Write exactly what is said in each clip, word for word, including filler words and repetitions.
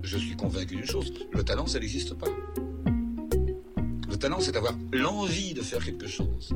je suis convaincu d'une chose, le talent, ça n'existe pas. Le talent, c'est d'avoir l'envie de faire quelque chose.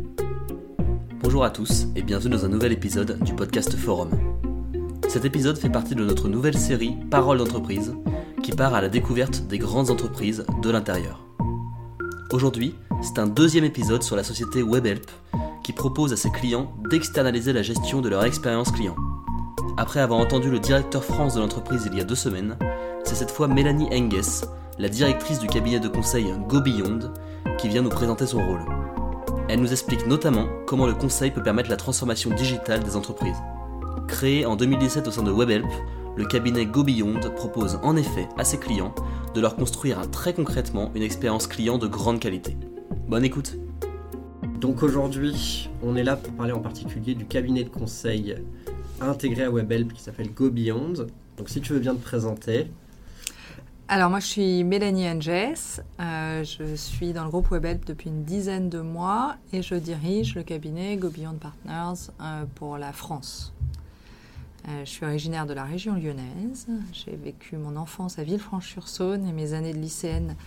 Bonjour à tous et bienvenue dans un nouvel épisode du podcast Forum. Cet épisode fait partie de notre nouvelle série Paroles d'entreprise qui part à la découverte des grandes entreprises de l'intérieur. Aujourd'hui, c'est un deuxième épisode sur la société Webhelp qui propose à ses clients d'externaliser la gestion de leur expérience client. Après avoir entendu le directeur France de l'entreprise il y a deux semaines, c'est cette fois Mélanie Enges, la directrice du cabinet de conseil Go Beyond, qui vient nous présenter son rôle. Elle nous explique notamment comment le conseil peut permettre la transformation digitale des entreprises. Créé en deux mille dix-sept au sein de Webhelp, le cabinet Go Beyond propose en effet à ses clients de leur construire très concrètement une expérience client de grande qualité. Bonne écoute. Donc aujourd'hui, on est là pour parler en particulier du cabinet de conseil intégré à Webhelp qui s'appelle Go Beyond. Donc si tu veux bien te présenter. Alors moi je suis Mélanie Enges, euh, je suis dans le groupe Webhelp depuis une dizaine de mois et je dirige le cabinet Go Beyond Partners euh, pour la France. Euh, je suis originaire de la région lyonnaise, j'ai vécu mon enfance à Villefranche-sur-Saône et mes années de lycéenne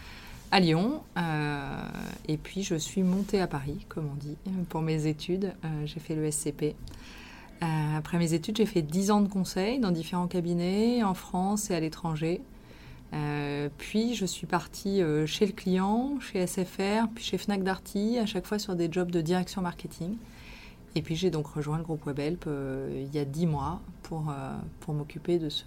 à Lyon, euh, et puis je suis montée à Paris, comme on dit, pour mes études. Euh, j'ai fait le S C P. Euh, après mes études, j'ai fait dix ans de conseil dans différents cabinets en France et à l'étranger. Euh, puis je suis partie euh, chez le client, chez S F R, puis chez Fnac Darty, à chaque fois sur des jobs de direction marketing. Et puis j'ai donc rejoint le groupe Webhelp euh, il y a dix mois pour, euh, pour m'occuper de ce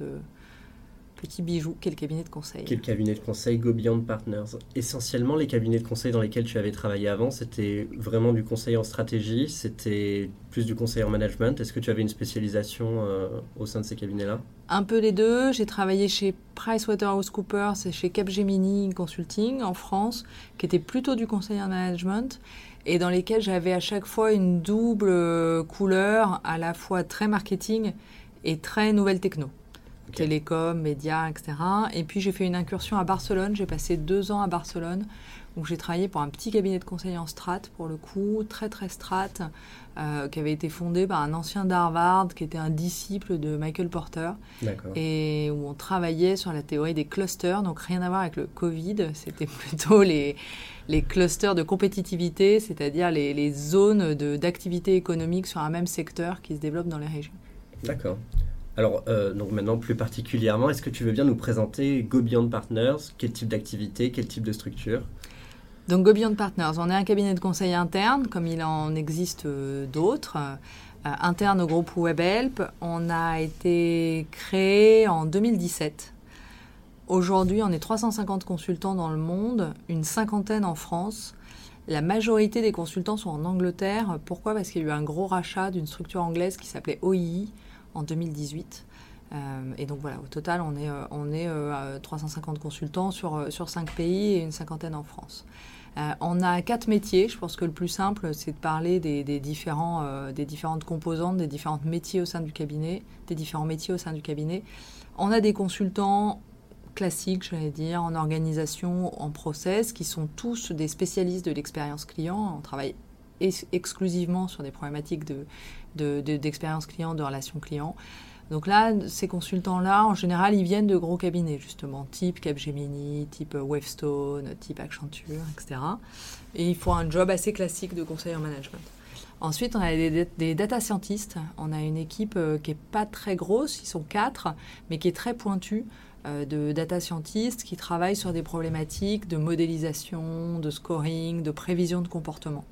petit bijou qu'est le cabinet de conseil. Qu'est le cabinet de conseil Go Beyond Partners. Essentiellement, les cabinets de conseil dans lesquels tu avais travaillé avant, c'était vraiment du conseil en stratégie, c'était plus du conseil en management. Est-ce que tu avais une spécialisation euh, au sein de ces cabinets-là ? Un peu les deux. J'ai travaillé chez PricewaterhouseCoopers et chez Capgemini Consulting en France, qui était plutôt du conseil en management, et dans lesquels j'avais à chaque fois une double couleur, à la fois très marketing et très nouvelle techno. Okay. Télécom, médias, et cetera. Et puis j'ai fait une incursion à Barcelone. J'ai passé deux ans à Barcelone où j'ai travaillé pour un petit cabinet de conseil en strat, pour le coup, très très strat, euh, qui avait été fondé par un ancien d'Harvard, qui était un disciple de Michael Porter. D'accord. Et où on travaillait sur la théorie des clusters, donc rien à voir avec le Covid, c'était plutôt les, les clusters de compétitivité, c'est-à-dire les, les zones de, d'activité économique sur un même secteur qui se développent dans les régions. D'accord. Alors, euh, donc maintenant, plus particulièrement, est-ce que tu veux bien nous présenter Go Beyond Partners ? Quel type d'activité, quel type de structure ? Donc, Go Beyond Partners, on est un cabinet de conseil interne, comme il en existe euh, d'autres, euh, interne au groupe Webhelp. On a été créé en deux mille dix-sept. Aujourd'hui, on est trois cent cinquante consultants dans le monde, une cinquantaine en France. La majorité des consultants sont en Angleterre. Pourquoi ? Parce qu'il y a eu un gros rachat d'une structure anglaise qui s'appelait O I I en deux mille dix-huit. Euh, et donc voilà, au total, on est, euh, on est euh, trois cent cinquante consultants sur, euh, sur cinq pays et une cinquantaine en France. Euh, on a quatre métiers. Je pense que le plus simple, c'est de parler des, des, différents, euh, des différentes composantes, des différents métiers au sein du cabinet, des différents métiers au sein du cabinet. On a des consultants classiques, j'allais dire, en organisation, en process, qui sont tous des spécialistes de l'expérience client. On travaille ex- exclusivement sur des problématiques de De, de, d'expérience client, de relations clients. Donc là, ces consultants-là, en général, ils viennent de gros cabinets, justement, type Capgemini, type Wavestone, type Accenture, et cetera. Et ils font un job assez classique de conseil en management. Ensuite, on a des, des data scientists. On a une équipe euh, qui n'est pas très grosse, ils sont quatre, mais qui est très pointue, euh, de data scientists qui travaillent sur des problématiques de modélisation, de scoring, de prévision de comportement.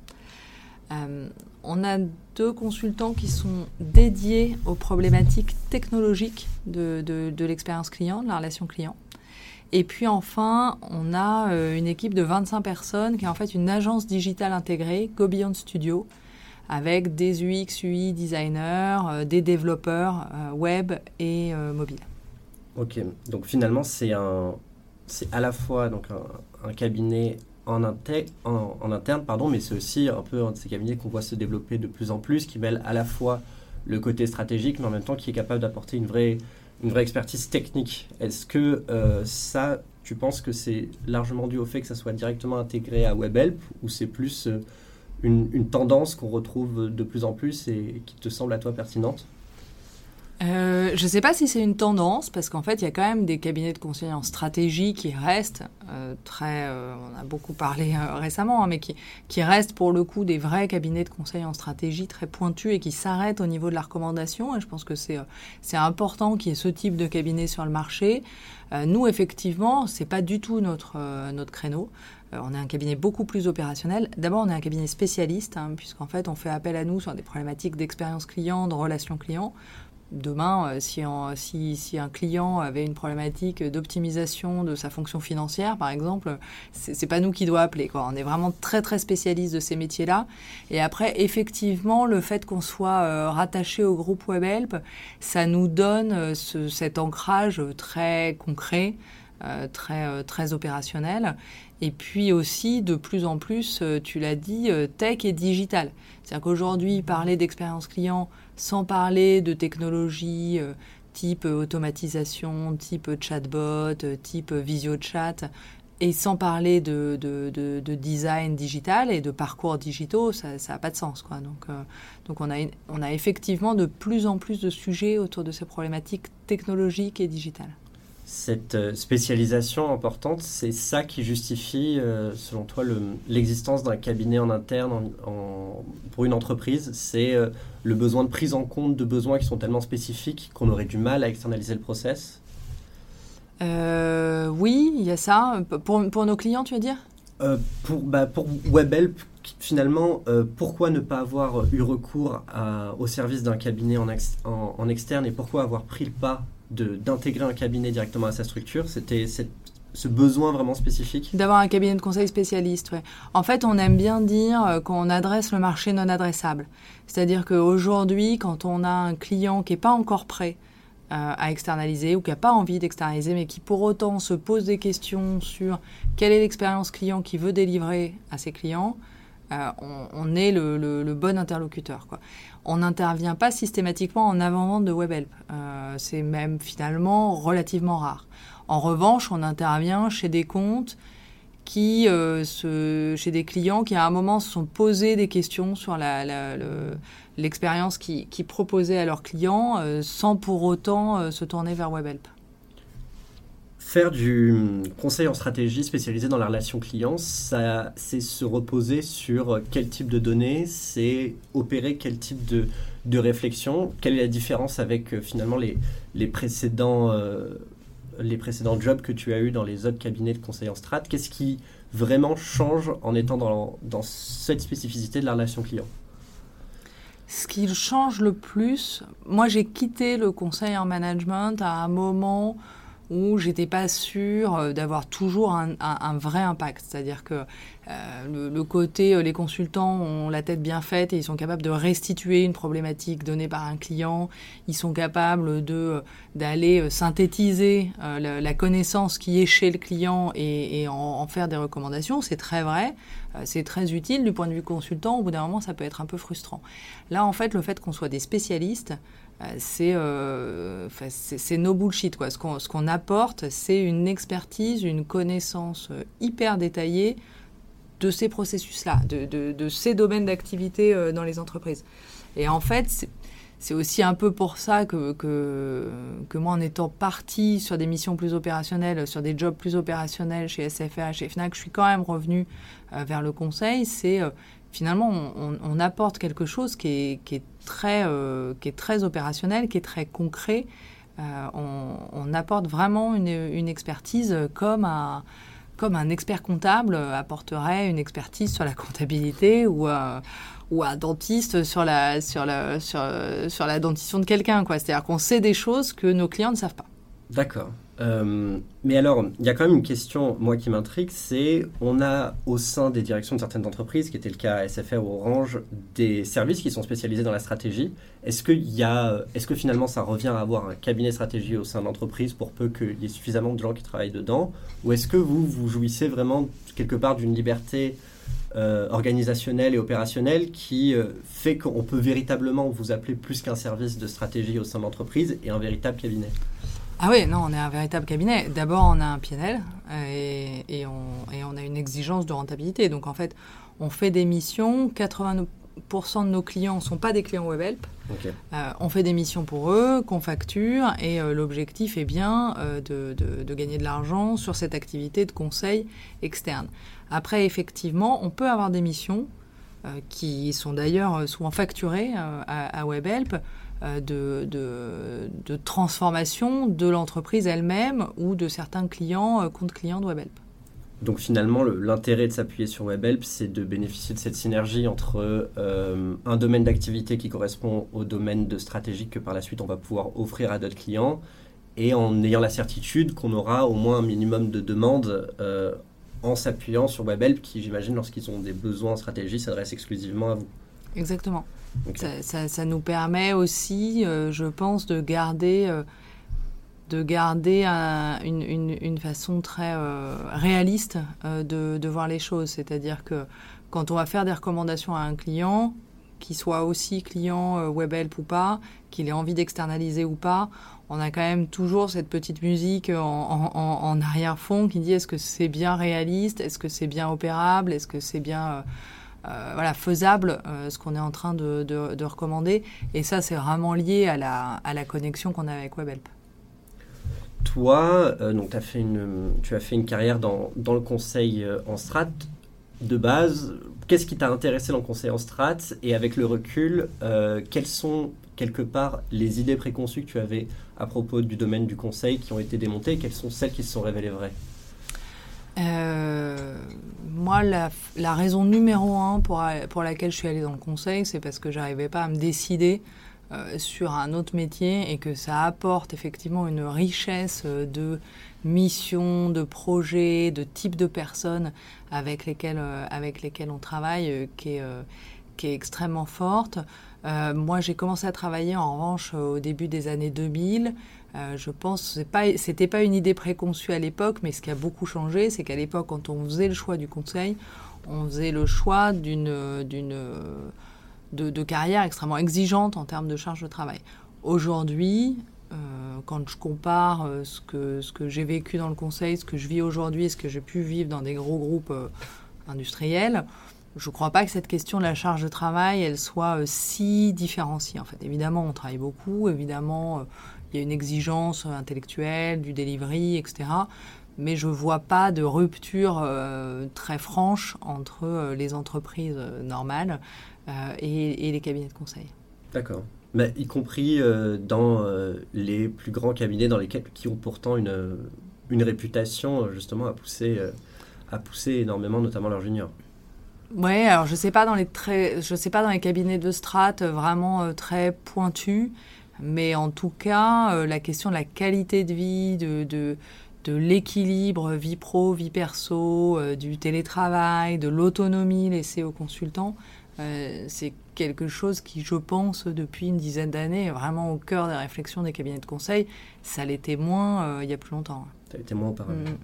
Euh, on a deux consultants qui sont dédiés aux problématiques technologiques de, de, de l'expérience client, de la relation client. Et puis enfin, on a euh, une équipe de vingt-cinq personnes qui est en fait une agence digitale intégrée, Go Beyond Studio, avec des U X, U I designers, euh, des développeurs euh, web et euh, mobile. Ok, donc finalement c'est, un, c'est à la fois donc un, un cabinet En, inter- en, en interne, pardon, mais c'est aussi un peu un de ces cabinets qu'on voit se développer de plus en plus, qui mêle à la fois le côté stratégique, mais en même temps qui est capable d'apporter une vraie, une vraie expertise technique. Est-ce que euh, ça, tu penses que c'est largement dû au fait que ça soit directement intégré à Webhelp, ou c'est plus euh, une, une tendance qu'on retrouve de plus en plus et qui te semble à toi pertinente ? Euh, je ne sais pas si c'est une tendance, parce qu'en fait, il y a quand même des cabinets de conseil en stratégie qui restent euh, très... Euh, on a beaucoup parlé euh, récemment, hein, mais qui, qui restent pour le coup des vrais cabinets de conseil en stratégie très pointus et qui s'arrêtent au niveau de la recommandation. Et je pense que c'est, euh, c'est important qu'il y ait ce type de cabinet sur le marché. Euh, nous, effectivement, ce n'est pas du tout notre, euh, notre créneau. Euh, on est un cabinet beaucoup plus opérationnel. D'abord, on est un cabinet spécialiste, hein, puisqu'en fait, on fait appel à nous sur des problématiques d'expérience client, de relations clients. Demain, euh, si, en, si, si un client avait une problématique d'optimisation de sa fonction financière, par exemple, c'est, c'est pas nous qui doit appeler, quoi. On est vraiment très, très spécialiste de ces métiers-là. Et après, effectivement, le fait qu'on soit euh, rattaché au groupe Webhelp, ça nous donne euh, ce, cet ancrage très concret, euh, très, euh, très opérationnel. Et puis aussi, de plus en plus, euh, tu l'as dit, euh, tech et digital. C'est-à-dire qu'aujourd'hui, parler d'expérience client sans parler de technologie euh, type automatisation, type chatbot, type visio-chat, et sans parler de, de, de, de design digital et de parcours digitaux, ça n'a pas de sens, quoi. Donc, euh, donc on, a une, on a effectivement de plus en plus de sujets autour de ces problématiques technologiques et digitales. Cette spécialisation importante, c'est ça qui justifie, euh, selon toi, le, l'existence d'un cabinet en interne en, en, pour une entreprise. C'est euh, le besoin de prise en compte de besoins qui sont tellement spécifiques qu'on aurait du mal à externaliser le process. Euh, oui, il y a ça. Pour, pour nos clients, tu veux dire ? euh, pour, bah, pour Webhelp, finalement, euh, pourquoi ne pas avoir eu recours à, au service d'un cabinet en, ex, en, en externe et pourquoi avoir pris le pas De, d'intégrer un cabinet directement à sa structure? C'était cette, ce besoin vraiment spécifique? D'avoir un cabinet de conseil spécialiste, ouais. En fait, on aime bien dire qu'on adresse le marché non adressable. C'est-à-dire qu'aujourd'hui, quand on a un client qui n'est pas encore prêt euh, à externaliser ou qui n'a pas envie d'externaliser, mais qui pour autant se pose des questions sur quelle est l'expérience client qu'il veut délivrer à ses clients, euh, on, on est le, le, le bon interlocuteur, quoi. On n'intervient pas systématiquement en avant-vente de Webhelp. Euh, c'est même finalement relativement rare. En revanche, on intervient chez des comptes qui, euh, se, chez des clients qui à un moment se sont posés des questions sur la, la, le, l'expérience qu'ils qui proposaient à leurs clients euh, sans pour autant euh, se tourner vers Webhelp. Faire du conseil en stratégie spécialisé dans la relation client, ça, c'est se reposer sur quel type de données, c'est opérer quel type de, de réflexion. Quelle est la différence avec euh, finalement les, les, précédents, euh, les précédents jobs que tu as eus dans les autres cabinets de conseil en strat? Qu'est-ce qui vraiment change en étant dans, dans cette spécificité de la relation client? Ce qui change le plus, moi j'ai quitté le conseil en management à un moment où j'étais pas sûre d'avoir toujours un, un, un vrai impact. C'est-à-dire que euh, le, le côté, les consultants ont la tête bien faite et ils sont capables de restituer une problématique donnée par un client. Ils sont capables de, d'aller synthétiser euh, la, la connaissance qui est chez le client et, et en, en faire des recommandations. C'est très vrai. Euh, c'est très utile du point de vue consultant. Au bout d'un moment, ça peut être un peu frustrant. Là, en fait, le fait qu'on soit des spécialistes, C'est, euh, c'est, c'est no bullshit, quoi. Ce qu'on, ce qu'on apporte, c'est une expertise, une connaissance hyper détaillée de ces processus-là, de, de, de ces domaines d'activité euh, dans les entreprises. Et en fait, c'est, c'est aussi un peu pour ça que, que, que moi, en étant partie sur des missions plus opérationnelles, sur des jobs plus opérationnels chez S F R, chez Fnac, je suis quand même revenue euh, vers le conseil. C'est euh, finalement, on, on apporte quelque chose qui est, qui est très, euh, qui est très opérationnel, qui est très concret. Euh, on, on apporte vraiment une, une expertise comme un, comme un expert comptable apporterait une expertise sur la comptabilité ou, euh, ou un dentiste sur la, sur, la, sur, sur la dentition de quelqu'un, quoi. C'est-à-dire qu'on sait des choses que nos clients ne savent pas. D'accord. Euh, mais alors, il y a quand même une question, moi, qui m'intrigue, c'est on a au sein des directions de certaines entreprises, qui était le cas à S F R ou Orange, des services qui sont spécialisés dans la stratégie. Est-ce que, y a, est-ce que finalement ça revient à avoir un cabinet stratégie au sein de l'entreprise pour peu qu'il y ait suffisamment de gens qui travaillent dedans? Ou est-ce que vous, vous jouissez vraiment quelque part d'une liberté euh, organisationnelle et opérationnelle qui euh, fait qu'on peut véritablement vous appeler plus qu'un service de stratégie au sein de l'entreprise et un véritable cabinet? Ah oui, non, on est un véritable cabinet. D'abord, on a un P and L et, et, on, et on a une exigence de rentabilité. Donc, en fait, on fait des missions, quatre-vingts pour cent de nos clients ne sont pas des clients Webhelp. Okay. Euh, on fait des missions pour eux, qu'on facture, et euh, l'objectif est bien euh, de, de, de gagner de l'argent sur cette activité de conseil externe. Après, effectivement, on peut avoir des missions euh, qui sont d'ailleurs souvent facturées euh, à, à Webhelp, euh, de, de, de transformation de l'entreprise elle-même ou de certains clients, euh, comptes clients de Webhelp. Donc finalement, le, l'intérêt de s'appuyer sur Webhelp, c'est de bénéficier de cette synergie entre euh, un domaine d'activité qui correspond au domaine de stratégie que par la suite on va pouvoir offrir à d'autres clients, et en ayant la certitude qu'on aura au moins un minimum de demandes euh, en s'appuyant sur Webhelp, qui j'imagine lorsqu'ils ont des besoins en stratégie s'adressent exclusivement à vous. Exactement. Okay. Ça, ça, ça nous permet aussi, euh, je pense, de garder... Euh, de garder un, une, une, une façon très euh, réaliste euh, de, de voir les choses. C'est-à-dire que quand on va faire des recommandations à un client, qu'il soit aussi client euh, Webhelp ou pas, qu'il ait envie d'externaliser ou pas, on a quand même toujours cette petite musique en, en, en, en arrière-fond qui dit est-ce que c'est bien réaliste, est-ce que c'est bien opérable, est-ce que c'est bien... Euh, Euh, voilà, faisable, euh, ce qu'on est en train de, de, de recommander. Et ça, c'est vraiment lié à la, à la connexion qu'on a avec Webhelp. Toi, euh, donc t'as fait une, tu as fait une carrière dans, dans le conseil euh, en strat. De base, qu'est-ce qui t'a intéressé dans le conseil en strat? Et avec le recul, euh, quelles sont quelque part les idées préconçues que tu avais à propos du domaine du conseil qui ont été démontées, et quelles sont celles qui se sont révélées vraies? Euh, moi, la, la raison numéro un pour, pour laquelle je suis allée dans le conseil, c'est parce que j'arrivais pas à me décider euh, sur un autre métier et que ça apporte effectivement une richesse de missions, de projets, de types de personnes avec lesquelles, euh, avec lesquelles on travaille euh, qui, est, euh, qui est extrêmement forte. Euh, moi, j'ai commencé à travailler en revanche au début des années deux mille. Euh, je pense que ce n'était pas une idée préconçue à l'époque, mais ce qui a beaucoup changé, c'est qu'à l'époque, quand on faisait le choix du conseil, on faisait le choix d'une, d'une, de, de carrière extrêmement exigeante en termes de charge de travail. Aujourd'hui, euh, quand je compare euh, ce que, ce que j'ai vécu dans le conseil, ce que je vis aujourd'hui et ce que j'ai pu vivre dans des gros groupes euh, industriels, je ne crois pas que cette question de la charge de travail, elle soit euh, si différenciée. En fait, évidemment, on travaille beaucoup, évidemment... Euh, il y a une exigence intellectuelle, du delivery, et cetera. Mais je ne vois pas de rupture euh, très franche entre euh, les entreprises euh, normales euh, et, et les cabinets de conseil. D'accord. Mais y compris euh, dans euh, les plus grands cabinets dans lesquels, qui ont pourtant une, une réputation justement à pousser, euh, à pousser énormément, notamment leurs juniors. Oui, alors je ne sais pas dans les très, je sais pas dans les cabinets de strat vraiment euh, très pointus. Mais en tout cas, euh, la question de la qualité de vie, de, de, de l'équilibre vie pro, vie perso, euh, du télétravail, de l'autonomie laissée aux consultants, euh, c'est quelque chose qui, je pense, depuis une dizaine d'années, est vraiment au cœur des réflexions des cabinets de conseil. Ça l'était moins euh, il y a plus longtemps. Ça l'était moins auparavant. Mmh.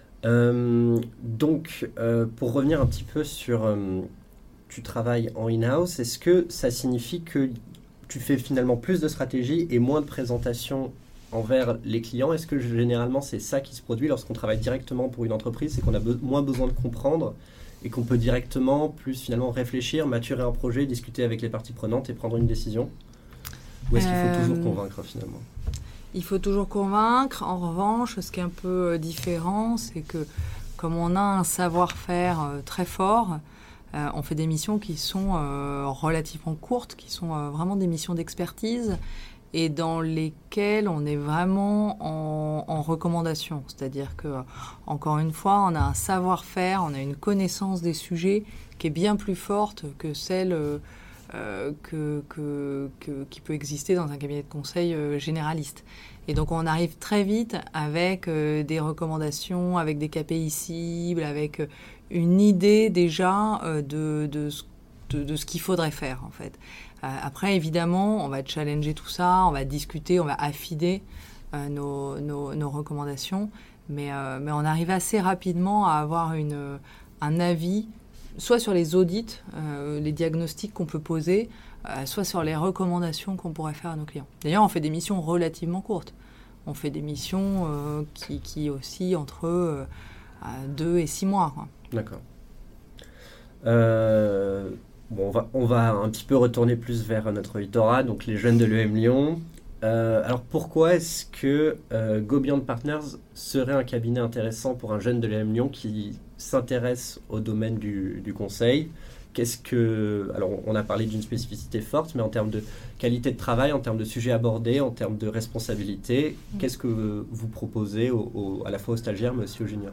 Euh, donc, euh, pour revenir un petit peu sur... Euh, tu travailles en in-house, est-ce que ça signifie que tu fais finalement plus de stratégie et moins de présentation envers les clients? Est-ce que généralement c'est ça qui se produit lorsqu'on travaille directement pour une entreprise, c'est qu'on a be- moins besoin de comprendre et qu'on peut directement plus finalement réfléchir, maturer un projet, discuter avec les parties prenantes et prendre une décision? Ou est-ce qu'il faut euh... toujours convaincre finalement? Il faut toujours convaincre. En revanche, ce qui est un peu différent, c'est que comme on a un savoir-faire très fort, Euh, on fait des missions qui sont euh, relativement courtes, qui sont euh, vraiment des missions d'expertise et dans lesquelles on est vraiment en, en recommandation. C'est-à-dire que, encore une fois, on a un savoir-faire, on a une connaissance des sujets qui est bien plus forte que celle euh, euh, que, que, que, qui peut exister dans un cabinet de conseil euh, généraliste. Et donc, on arrive très vite avec euh, des recommandations, avec des K P I cibles, avec... Euh, une idée déjà euh, de, de, de, de ce qu'il faudrait faire, en fait. Euh, après, évidemment, on va challenger tout ça, on va discuter, on va affiner euh, nos, nos, nos recommandations, mais, euh, mais on arrive assez rapidement à avoir une, un avis, soit sur les audits, euh, les diagnostics qu'on peut poser, euh, soit sur les recommandations qu'on pourrait faire à nos clients. D'ailleurs, on fait des missions relativement courtes. On fait des missions euh, qui, qui oscillent entre euh, deux et six mois, quoi. D'accord. Euh, bon, on va, on va un petit peu retourner plus vers notre lectorat, donc les jeunes de l'E M Lyon. Euh, alors pourquoi est-ce que euh, Go Beyond Partners serait un cabinet intéressant pour un jeune de l'E M Lyon qui s'intéresse au domaine du, du conseil? Qu'est-ce que, alors on a parlé d'une spécificité forte, mais en termes de qualité de travail, en termes de sujets abordés, en termes de responsabilité, qu'est-ce que vous proposez au, au, à la fois aux stagiaires mais aussi aux juniors?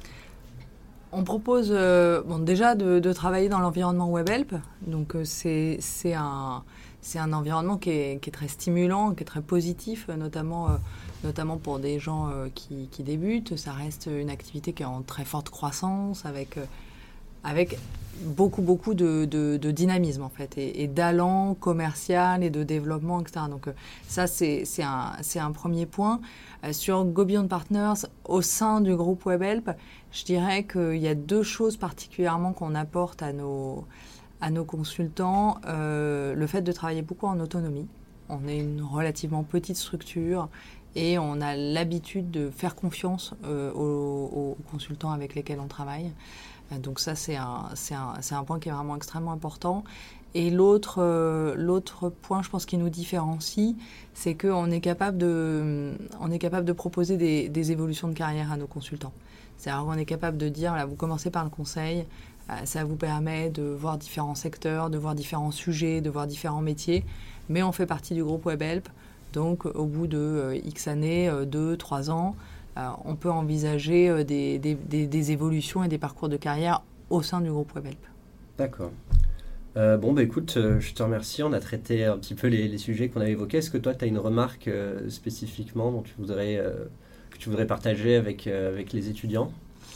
On propose euh, bon, déjà de, de travailler dans l'environnement WebHelp. Donc euh, c'est, c'est, un, c'est un environnement qui est, qui est très stimulant, qui est très positif, notamment, euh, notamment pour des gens euh, qui, qui débutent. Ça reste une activité qui est en très forte croissance, avec, euh, avec beaucoup, beaucoup de, de, de dynamisme en fait, et, et d'allant commercial et de développement, et cetera. Donc euh, ça, c'est, c'est, un, c'est un premier point. Euh, sur Go Beyond Partners, au sein du groupe WebHelp, je dirais qu'il y a deux choses particulièrement qu'on apporte à nos, à nos consultants. Euh, le fait de travailler beaucoup en autonomie. On est une relativement petite structure et on a l'habitude de faire confiance euh, aux, aux consultants avec lesquels on travaille. Euh, donc ça, c'est un, c'est, un, c'est un point qui est vraiment extrêmement important. Et l'autre, euh, l'autre point, je pense, qui nous différencie, c'est qu'on est capable de, on est capable de proposer des, des évolutions de carrière à nos consultants. C'est-à-dire qu'on est capable de dire, là, vous commencez par le conseil, euh, ça vous permet de voir différents secteurs, de voir différents sujets, de voir différents métiers, mais on fait partie du groupe WebHelp, donc au bout de euh, X années, euh, deux, trois ans, euh, on peut envisager euh, des, des, des, des évolutions et des parcours de carrière au sein du groupe WebHelp. D'accord. Euh, bon, bah écoute, euh, je te remercie. On a traité un petit peu les, les sujets qu'on avait évoqués. Est-ce que toi, tu as une remarque euh, spécifiquement dont tu voudrais, euh, que tu voudrais partager avec, euh, avec les étudiants?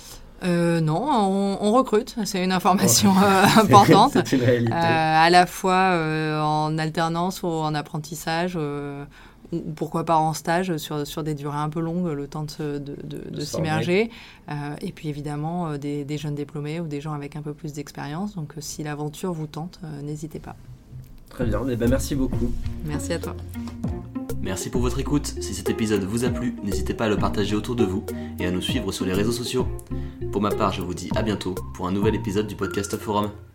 Euh, non, on, on recrute, c'est une information euh, importante. C'est une réalité. Euh, à la fois euh, en alternance ou en apprentissage, euh, ou pourquoi pas en stage sur, sur des durées un peu longues, le temps de, se, de, de, de, de s'immerger. Euh, et puis évidemment, euh, des, des jeunes diplômés ou des gens avec un peu plus d'expérience. Donc euh, si l'aventure vous tente, euh, n'hésitez pas. Très bien, eh ben, merci beaucoup. Merci à toi. Merci pour votre écoute. Si cet épisode vous a plu, n'hésitez pas à le partager autour de vous et à nous suivre sur les réseaux sociaux. Pour ma part, je vous dis à bientôt pour un nouvel épisode du podcast Forum.